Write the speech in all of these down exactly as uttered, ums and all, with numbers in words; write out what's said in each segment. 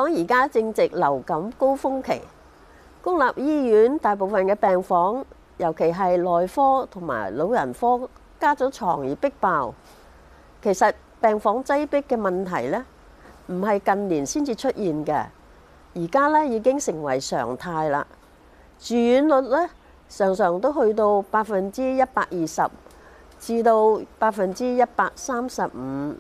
而家正值流感高峰期，公立醫院大部分嘅病房，尤其係內科同埋老人科加咗床而逼爆。其實病房擠迫嘅問題呢，唔係近年先至出現嘅，而家呢已經成為常態啦。住院率呢，常常都去到百分之一百二十至到百分之一百三十五。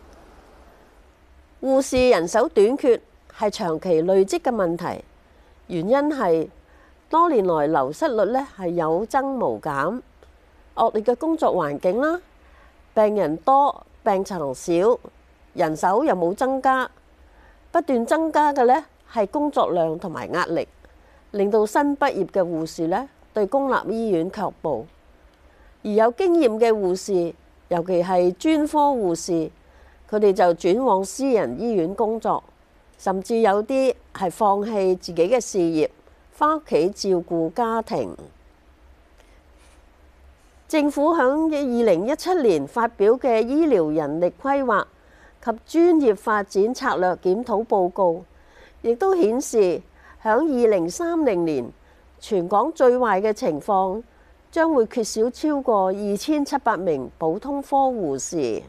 護士人手短缺係長期累積嘅問題，原因係多年來流失率呢係有增無減，惡劣嘅工作環境啦，病人多病床少，人手又冇增加，不斷增加嘅呢係工作量同埋壓力，令到新畢業嘅護士呢對公立醫院卻步，而有經驗嘅護士，尤其係專科護士，佢哋就轉往私人醫院工作，甚至有啲係放棄自己嘅事業，返屋企照顧家庭。政府喺二零一七年發表嘅醫療人力規劃及專業發展策略檢討報告，亦都顯示喺二零三零年，全港最壞嘅情況將會缺少超過二千七百名普通科護士。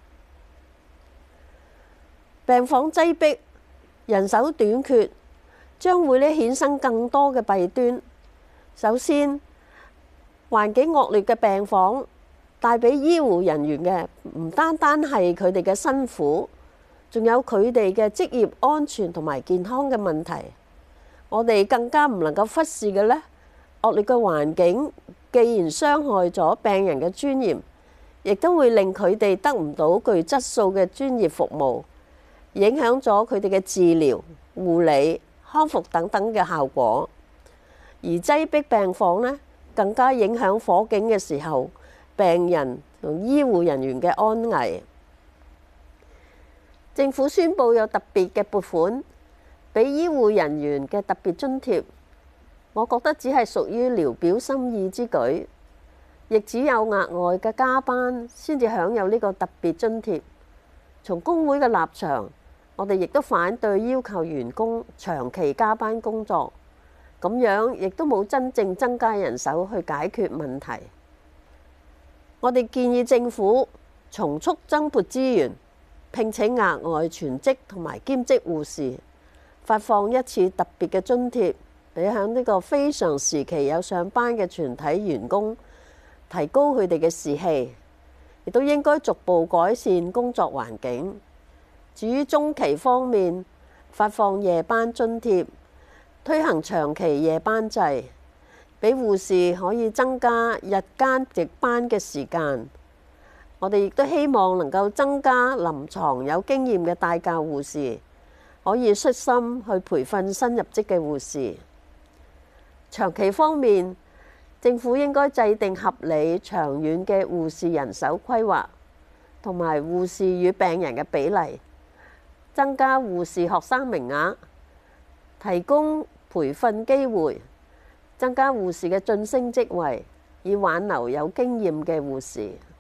病房擠迫、人手短缺，將會咧衍生更多嘅弊端。首先，環境惡劣嘅病房帶俾醫護人員嘅唔單單係佢哋嘅辛苦，仲有佢哋嘅職業安全同埋健康嘅問題。我哋更加唔能夠忽視嘅呢，惡劣嘅環境既然傷害咗病人嘅尊嚴，亦都會令佢哋得唔到具質素嘅專業服務，影響咗佢哋嘅治療、護理、康復等等嘅效果。而擠迫病房呢，更加影響火警嘅時候，病人同醫護人員嘅安危。政府宣布有特別嘅撥款俾醫護人員嘅特別津貼，我覺得只係屬於聊表心意之舉，亦只有額外嘅加班先至享有呢個特別津貼。從工會嘅立場，我哋亦都反對要求員工長期加班工作，咁樣亦都冇真正增加人手去解決問題。我哋建議政府從速增撥資源，聘請額外全職同埋兼職護士，發放一次特別嘅津貼，俾喺呢個非常時期有上班嘅全體員工，提高佢哋嘅士氣，亦都應該逐步改善工作環境。至於中期方面，發放夜班津貼，推行長期夜班制，俾護士可以增加日間值班嘅時間。我哋亦都希望能夠增加臨床有經驗嘅帶教護士，可以率心去培訓新入職嘅護士。長期方面，政府應該制定合理長遠嘅護士人手規劃，同埋護士與病人嘅比例，增加護士學生名額，提供培訓機會，增加護士嘅晉升職位，以挽留有經驗嘅護士。